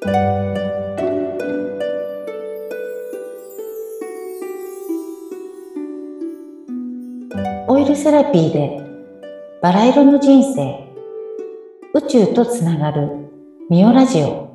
オイルセラピーでバラ色の人生、宇宙とつながるミオラジオ。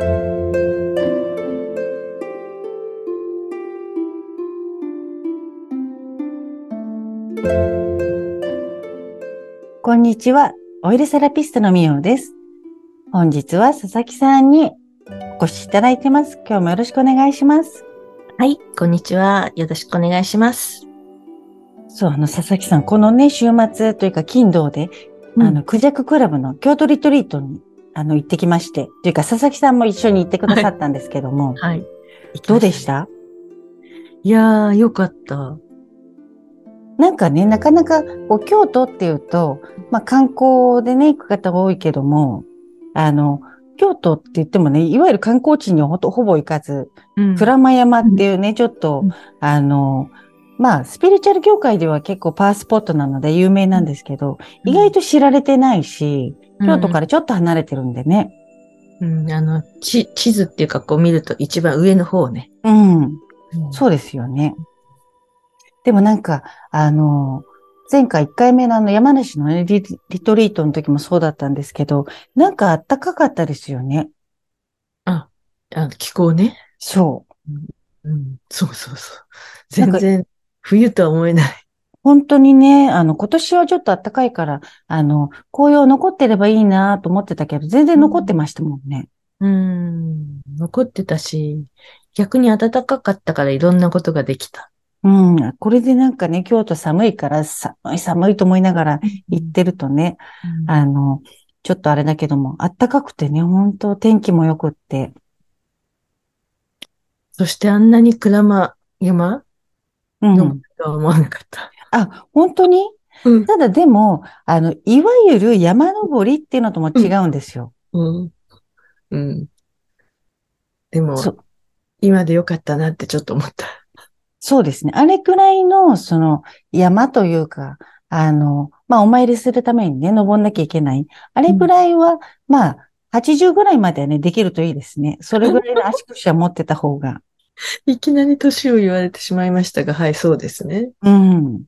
こんにちは、オイルセラピストのミオです。本日は佐々木さんにお越しいただいてます。今日もよろしくお願いします。 はい、こんにちは。よろしくお願いします。 そう、佐々木さん、このね、週末というか金土で、クジャククラブの京都リトリートに、行ってきまして、というか佐々木さんも一緒に行ってくださったんですけども、 はい。 どうでした？ いやー、よかった。 なんかね、なかなか京都っていうと、観光でね、行く方が多いけども、京都って言ってもね、いわゆる観光地にはほぼ行かず、鞍馬山っていうね、ちょっと、スピリチュアル業界では結構パワースポットなので有名なんですけど、意外と知られてないし、京都からちょっと離れてるんでね。 地図っていうかこう見ると一番上の方ね。 うん。そうですよね。でもなんか、前回1回目の山梨のね、リトリートの時もそうだったんですけど、なんか暖かかったですよね。 あ、気候ね。 そう。 そうそうそう。 なんか、 全然冬とは思えない。 本当にね、今年はちょっと暖かいから、紅葉残ってればいいなと思ってたけど、全然残ってましたもんね。 残ってたし、逆に暖かかったからいろんなことができた。 うん。これでなんかね、京都寒いから寒いと思いながら行ってるとね、 うんあの、ちょっとあれだけども、暖かくてね、本当天気も良くって、 そしてあんなに鞍馬山登るうん。 とは思わなかった。 あ、本当に？ うん、 ただでも、いわゆる山登りっていうのとも違うん、 うんですよ。 うん、うん。でも、 そ、 今でよかったなってちょっと思った。 そうですね。あれくらいの、山というか、お参りするためにね、登んなきゃいけない。あれくうん。 らいは、80ぐらいまではね、できるといいですね。それぐらいの足腰は持ってた方が。 いきなり年を言われてしまいましたが、はい、そうですね。 うん。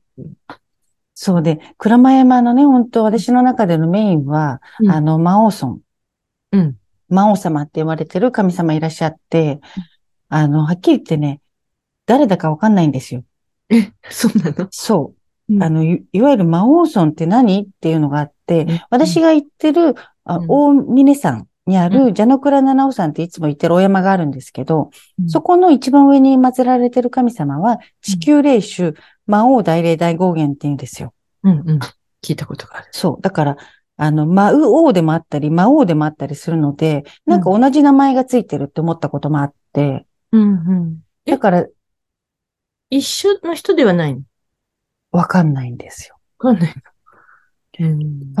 そうで、鞍馬山のね、本当私の中でのメインは、 うん、 魔王尊、 うん。 魔王様って言われてる神様いらっしゃって、はっきり言ってね、誰だかわかんないんですよ。 そうなの？ そう。 うん、 いわゆる魔王村って何っていうのがあって、 うん、うん、 私が行ってる、 うん、 大峰山にあうん、 る蛇の倉七尾山っていつも行ってるお山があるんですけど、 うん、 そこの一番上に祀られてる神様は、地うん、 球霊種、魔王大霊大権現って言うんですよ。 うん。聞いたことがある。 そう。だから、魔王でもあったり、魔王でもあったりするので、なんかうん、 同じ名前がついてるって思ったこともあって、 うん、うん。 だから一緒の人ではないの？ わかんないんですよ。 わかんないの。うん、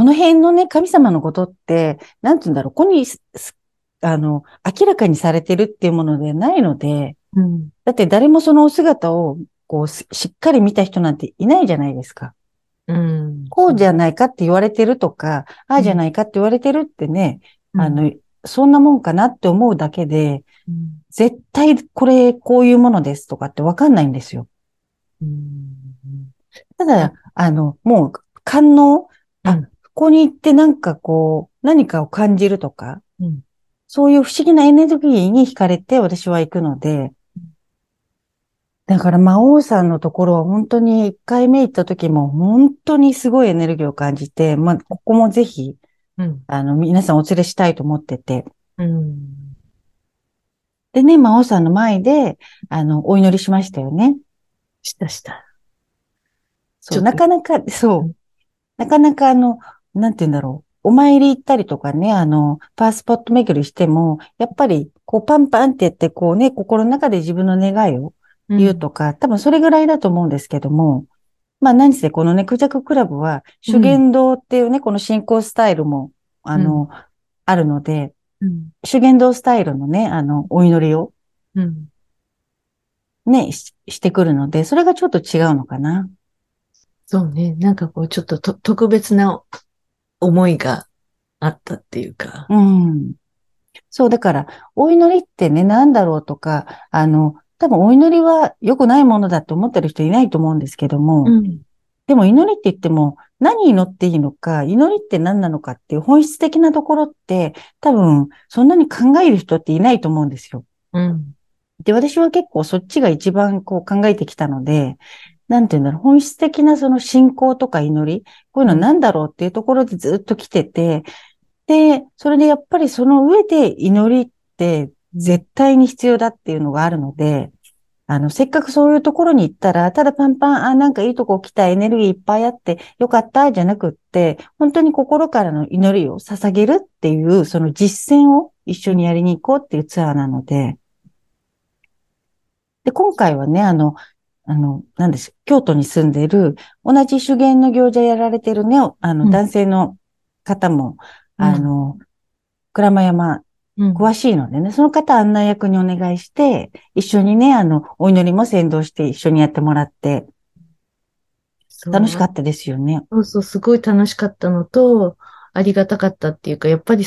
この辺のね、神様のことって、なんて言うんだろう、ここに明らかにされてるっていうものではないので、 うん、 だって誰もそのお姿を、しっかり見た人なんていないじゃないですか。 うん、 こうじそう。 ゃないかって言われてるとか、ああじゃうん、 ないかって言われてるってね、 うん、 そんなもんかなって思うだけで、 うん、 絶対これ、こういうものですとかってわかんないんですよ。 うん。 たあ、 だ、もう、感能、あ、 うん、 ここに行ってなんか何かを感じるとか、 うん。 そういう不思議なエネルギーに惹かれて私は行くので、だから魔王さんのところは本当に一回目行った時も本当にすごいエネルギーを感じて、ここもぜひ、 うん、 皆さんお連れしたいと思ってて。 うん。 でね、魔王さんの前で、お祈りしましたよね。 したした。 そう、 ちょっと、 なかなか、 うん、 そう、なかなかなんて言うんだろう。お参り行ったりとかね、パワースポット巡りしても、やっぱり、パンパンってやって、心の中で自分の願いをうん、 言うとか、多分それぐらいだと思うんですけども、何せこのね、クジャククラブは、修うん、 験道っていうね、この信仰スタイルも、 うん、 あるので、 うん、 修験道スタイルのね、お祈りをうん。 ね、してくるので、それがちょっと違うのかな。 そうね。なんかこう、ちょっと特別な思いがあったっていうか。 うん。 そう、だから、お祈りってね、なんだろうとか、多分お祈りは良くないものだと思ってる人いないと思うんですけども、 うん。 でも祈りって言っても、何祈っていいのか、祈りって何なのかっていう本質的なところって、多分、そんなに考える人っていないと思うんですよ。 うん。 で、私は結構そっちが一番こう考えてきたので、なんていうんだろう、本質的なその信仰とか祈り、こういうのはうん。 何だろうっていうところでずっと来てて、で、それでやっぱりその上で祈りって絶対に必要だっていうのがあるので、せっかくそういうところに行ったら、ただパンパン、あ、なんかいいとこ来た、エネルギーいっぱいあってよかった、じゃなくって、本当に心からの祈りを捧げるっていう、その実践を一緒にやりに行こうっていうツアーなので、で、今回はね、なんです、京都に住んでいる、同じ修験の行者やられてるね、 うん。 男性の方も、 うん。 鞍馬山、 うん。 詳しいのでね、その方案内役にお願いして、一緒にね、お祈りも先導して一緒にやってもらって、楽しそう。 かったですよね。 そうそう、すごい楽しかったのと、ありがたかったっていうか、やっぱり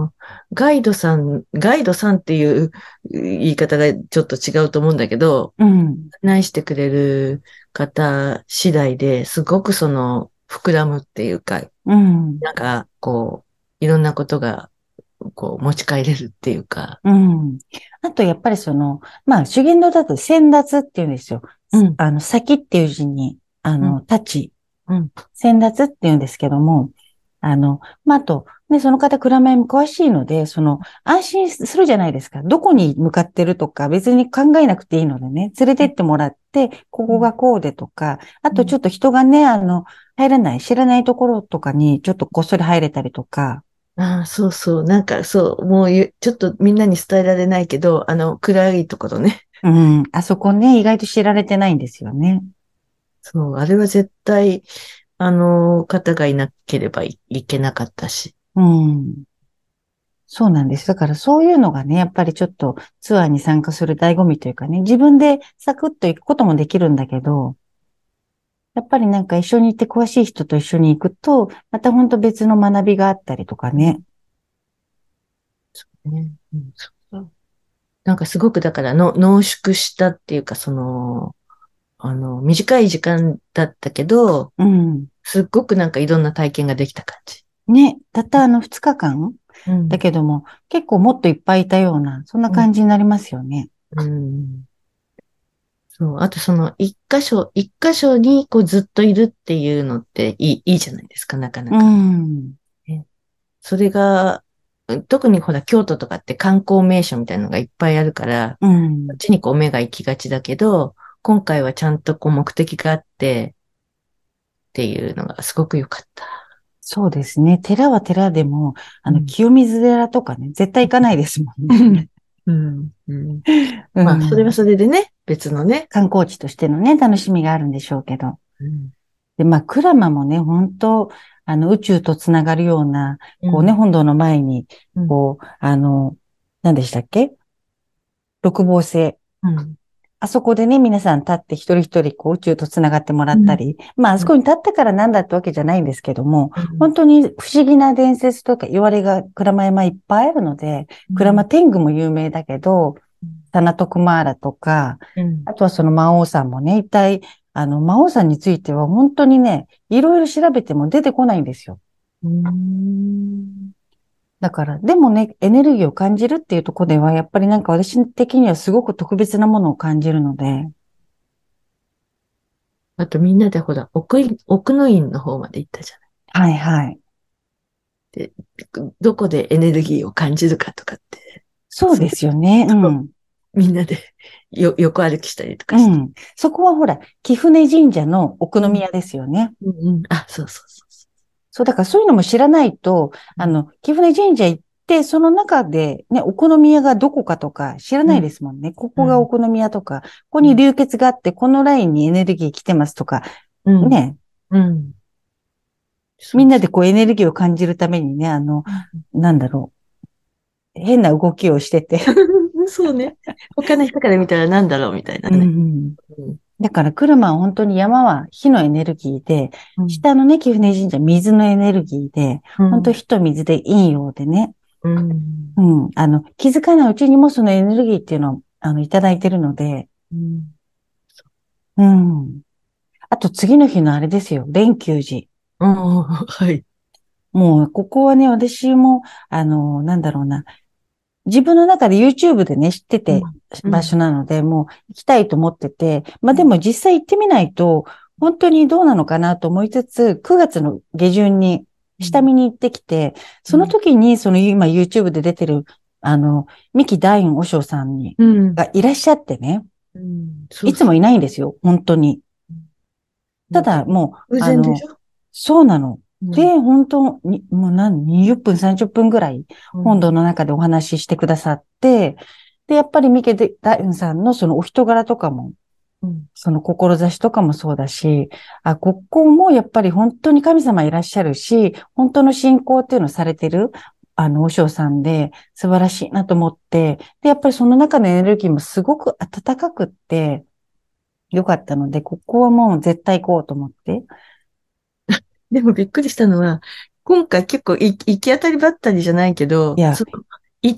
ガイドさんっていう言い方がちょっと違うと思うんだけど、 うん、 案内してくれる方次第ですごく膨らむっていうか、 うん、 なんか、いろんなことが、持ち帰れるっていうか、 うん。あと、やっぱりまあ、修験道だと先達って言うんですよ。 うん、 先っていう字に、 うん、 立ち、 うん、 先達って言うんですけども、まあ、あと、ね、その方、蔵前も詳しいので、安心するじゃないですか。どこに向かってるとか、別に考えなくていいのでね、連れてってもらって、ここがこうでとか、あうん。 とちょっと人がね、入らない、知らないところとかに、ちょっとこっそり入れたりとか、 ああ、そうそう。なんかそう、もうちょっとみんなに伝えられないけど、暗いところね。 うん、あそこね、意外と知られてないんですよね。 そう、あれは絶対、方がいなければいけなかったし。 うん。そうなんです。だからそういうのがね、やっぱりちょっとツアーに参加する醍醐味というかね、自分でサクッと行くこともできるんだけど、やっぱりなんか一緒に行って詳しい人と一緒に行くと、また本当別の学びがあったりとかね。 ね。うん、そうなんかすごくだからの濃縮したっていうか、短い時間だったけど、 うん。 すっごくなんかいろんな体験ができた感じ。 ね、たった2日間うん。 だけども、結構もっといっぱいいたような、そんなうん。 感じになりますよね。 うん。そう。あと一箇所にずっといるっていうのっていいじゃないですか、なかなうか。 ん。 ね、それが、特にほら、京都とかって観光名所みたいなのがいっぱいあるから、 うん。 こっちに目が行きがちだけど、今回はちゃんと目的があってっていうのがすごく良かった。 そうですね。寺は寺でも、 うん。 清水寺とかね、絶対行かないですもんね。 うん。うん。 うまあ、それはん。 それでね、別のね。 観光地としてのね、楽しみがあるんでしょうけど。 うん。 で、まあ、クラマもね、本当宇宙とつながるような、こうね、 うん。 本堂の前に、 うん。 こう、何でしたっけ、六芒星。 うん。 あそこでね、皆さん立って一人一人、こう、宇宙とつながってもらうん。 ったり、まあ、あそこに立ったからなんだってわけじゃないんですけども、 うん。 本当に不思議な伝説とか言われが、鞍馬山いっぱいあるので、鞍馬天狗も有名だけど、タナトクマーラとか、 うん。 あとはその魔王さんもね、一体、魔王さんについては本当にね、いろいろ調べても出てこないんですよ。 うん。 だから、でもね、エネルギーを感じるっていうところでは、やっぱりなんか私的にはすごく特別なものを感じるので、 あとみんなでほら、奥の院の方まで行ったじゃない。 はいはい。 で、どこでエネルギーを感じるかとかって、 そうでそれすよね。うとん。 みんなで横歩きしたりとかして。 うん。そこはほら、貴船神社の奥うん。 宮ですよね。 うんうん。あ、そうそうそうそそう、だからそういうのも知らないと、 う。うん。 貴船神社行って、その中でね、お好み屋がどこかとか知らないうん。 ですもんね。こうん。 こがお好み屋とか、ここうん。 に流血があって、このラインにエネルギー来てますとか、 うん。 ね、 うん。そうそみんなでこうエネルギーを感じるためにね、 う。 なんだろう、変な動きをしてて。 そうね。他の人から見たらなんだろうみたいなうんうね。 ん。 うん。 だから車は本当に山は火のエネルギーで、 うん。 下のね、貴船神社水のエネルギーで、本当うん。 火と水で陰陽でね。 うん。 うん。気づかないうちにもそのエネルギーっていうのを、いただいてるので、 うん。 うん。あと次の日のあれですよ。連休時。 ああ、はい。 もう、ここはね、私も、なんだろうな。自分の中で YouTube でね、知っててうん。う場所ん。 なので、もう行きたいと思ってて、まあうん。 でも実際行ってみないと、本当にどうなのかなと思いつつ、9月の下旬に下見に行ってきて、その時にその今 YouTube で出てる、三木大雲和尚さんうん。 がいらっしゃってね、 うん。そうそう。 いつもいないんですよ、本当に。たなんか、 だ、もう、 偶然でしょ？ そうなの。で、 うん。 本当に、もう20分、30分ぐらい、 うん。 本堂の中でお話ししてくださって、で、やっぱりミケダインさんのそのお人柄とかも、 うん。 その志とかもそうだし、ここもやっぱり本当に神様いらっしゃるし、本当の信仰っていうのをされてる、お嬢さんで素晴らしいなと思って、で、やっぱりその中のエネルギーもすごく温かくって、よかったので、ここはもう絶対行こうと思って。 でもびっくりしたのは、今回結構行き当たりばったりじゃないけど、 いや、 行って、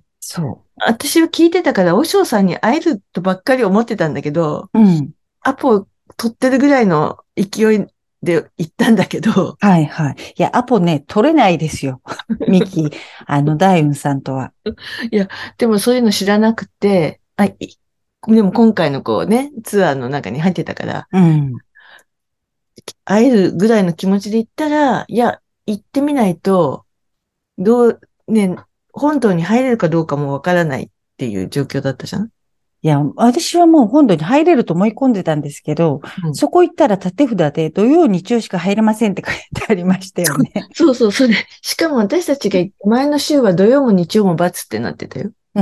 そ私は聞いてたから、和尚さんに会えるとばっかり思ってたんだけど、 う。うん。 アポ取ってるぐらいの勢いで行ったんだけど、 はいはい。いや、アポね、取れないですよ。ミキ、ダイウンさんとは。 いや、でもそういうの知らなくて、でも今回のこうね、ツアーの中に入ってたから、 うん。 会えるぐらいの気持ちで行ったら、いや、行ってみないと、どう、ね、本島に入れるかどうかもわからないっていう状況だったじゃん。 いや、私はもう本土に入れると思い込んでたんですけど、 うん。 そこ行ったら縦札で土曜日曜しか入れませんって書いてありましたよね。 そうそう、それ。しかも私たちが行った前の週は土曜も日曜も×ってなってたよ。 うん。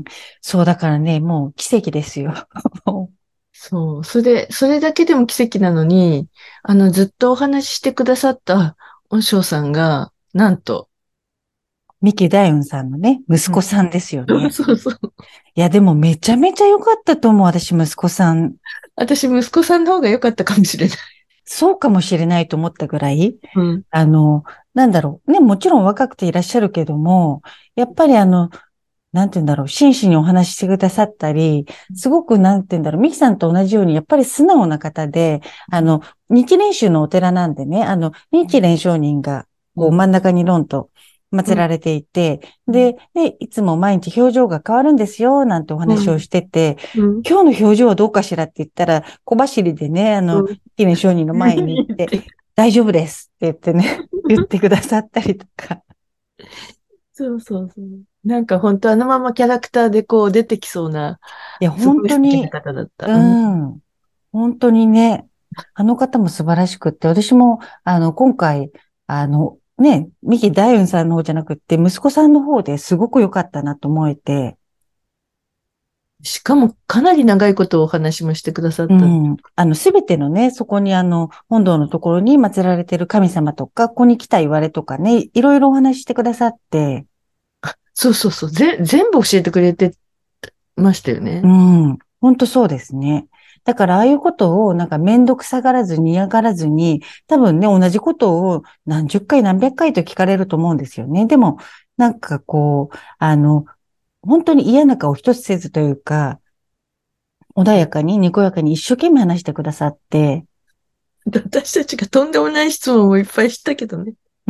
そうだからね、もう奇跡ですよ。 そう。それだけでも奇跡なのに、ずっとお話ししてくださったお尚さんが、なんと、 ミキダイウンさんのね、息うん。 子さんですよそうね。 そうそう。 いや、でもめちゃめちゃ良かったと思う、私、息子さん。 私、息子さんの方が良かったかもしれない。 そうかもしれないと思ったぐらい、 うん。 あの、なんだろう。ね、もちろん若くていらっしゃるけども、やっぱりなんて言うんだろう、真摯にお話ししてくださったり、すごくなんて言うんだろう、ミキさんと同じように、やっぱり素直な方で、日蓮宗のお寺なんでね、日蓮上人が、こううん。 真ん中にロンと祀うん。 られていて、 うん。 で、いつも毎日表情が変わるんですよ、なんておうん。 話をしてて、 うん。 今日の表情はどうかしらって言ったら、小走りでね、 うん。 日蓮上人の前に行って、大丈夫ですって言ってね、言ってくださったりとか。 そうそうそう。なんか本当あのままキャラクターでこう出てきそうな、 いや、 すご本い素敵な当に、 方だった。 ううん。 ん。本当にね、あの方も素晴らしくって、私も、今回、ね、三木大雲さんの方じゃなくって、息子さんの方ですごく良かったなと思えて、 しかもかなり長いことをお話もしてくださった。 うん。すべてのね、そこに本堂のところに祀られている神様とか、ここに来た言われとかね、いろいろお話ししてくださって、 そうそうそう。全部教えてくれてましたようね。 ん。本当そうですね。だから、ああいうことを、なんか、めんどくさがらずに嫌がらずに、多分ね、同じことを何十回何百回と聞かれると思うんですよね。でも、なんかこう、本当に嫌な顔一つせずというか、穏やかに、にこやかに一生懸命話してくださって、 私たちがとんでもない質問をいっぱいしたけどね。 うん。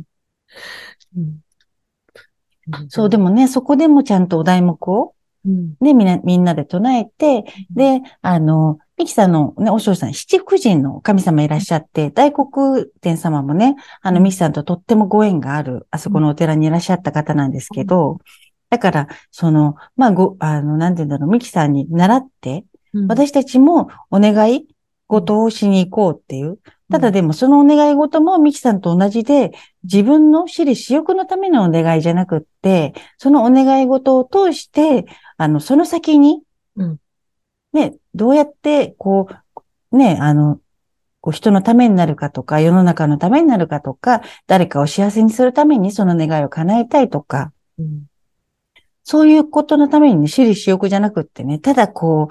うん。 そう、でもね、そこでもちゃんとお題目を、 うん。 で、みんなで唱えて、で、ミキさんのね、お嬢さん、七福神の神様いらっしゃって、大黒天様もね、 うん。 ミキさんととってもご縁がある、あそうん。 このお寺にいらっしゃった方なんですけど、だから、まあ、なんて言うんだろう、ミキさんに習って、 うん。 私たちもお願いうん。 事をしに行こうっていう。 うん。 ただでも、そのお願い事もミキさんと同じで、自分の私利私欲のためのお願いじゃなくって、そのお願い事を通して、その先に、 うん。 ね、どうやって、ね、人のためになるかとか、世の中のためになるかとか、誰かを幸せにするためにその願いを叶えたいとか、 うん。 そういうことのためにね、私利私欲じゃなくってね、ただ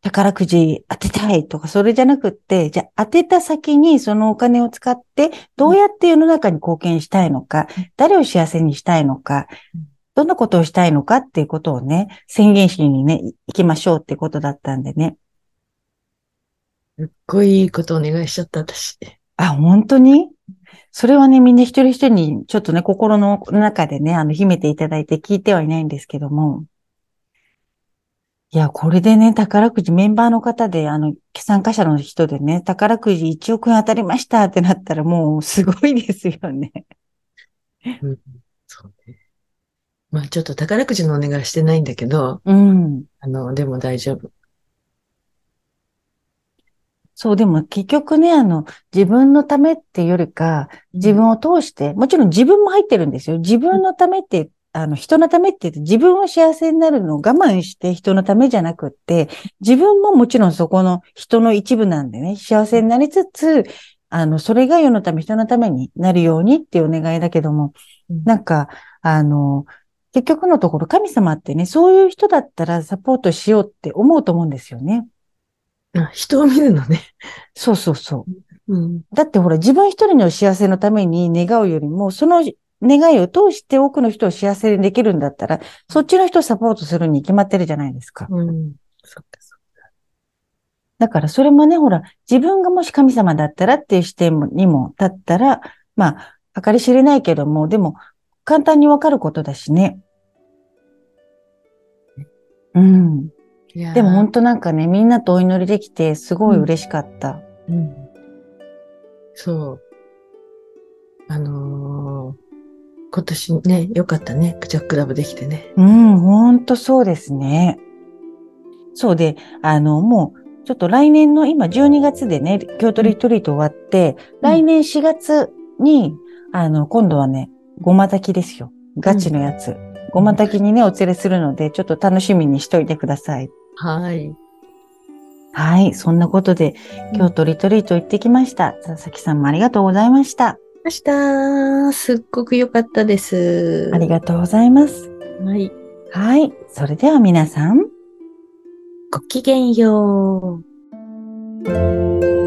宝くじ当てたいとか、それじゃなくって、じゃあ当てた先にそのお金を使って、どうやって世の中に貢献したいのか、誰を幸せにしたいのか、どんなことをしたいのかっていうことをね、宣言しにね、行きましょうっていうことだったんでね。 すっごいいいことお願いしちゃった、私。 あ、本当にそれはね、みんな一人一人にちょっとね、心の中でね、秘めていただいて聞いてはいないんですけども。いや、これでね、宝くじメンバーの方で、参加者の人でね、宝くじ1億円当たりましたってなったらもうすごいですよね。 うん、そうね。まあちょっと宝くじのお願いしてないんだけど、 うん。 でも大丈夫。 そう、でも結局ね、自分のためっていうよりか、 うん。 自分を通して、もちろん自分も入ってるんですよ。自分のためって、人のためって言って、自分を幸せになるのを我慢して人のためじゃなくって、自分ももちろんそこの人の一部なんでね、幸せになりつつ、それが世のため、人のためになるようにっていうお願いだけども、 うん。 なんか、あの、結局のところ神様ってね、そういう人だったらサポートしようって思うと思うんですよね。 あ、人を見るのね。 そうそうそう。 うん。 だってほら、自分一人の幸せのために願うよりも、その願いを通して多くの人を幸せにできるんだったら、そっちの人をサポートするに決まってるじゃないですか。 うん。そっか、そっだからそれもね、ほら、自分がもし神様だったらっていう視点にも立ったら、まあ、計り知れないけども、でも、簡単にわかることだしね。うん。 いやでも本当なんかね、みんなとお祈りできて、すー、うん。 ごい嬉しかった。 うん。そう。今年ね、よかったね。クジャクラブできてね。 うん、本当そうですね。そうで、もう、ちょっと来年の今12月でね、京都うん。 リトリート終わって、 うん。 来年4月に、今度はね、ごま炊きですよ。ガチうん。 のやつ。ごま炊きにね、お連れするので、ちょっと楽しみにしといてください。 はい。 はい。そんなことで、 うん。 京都リトリート行ってきました。佐々木さんもありがとうございました。 ました。すっごく良かったです。 ありがとうございます。 はい。 はい。それでは皆さん。 ごきげんよう。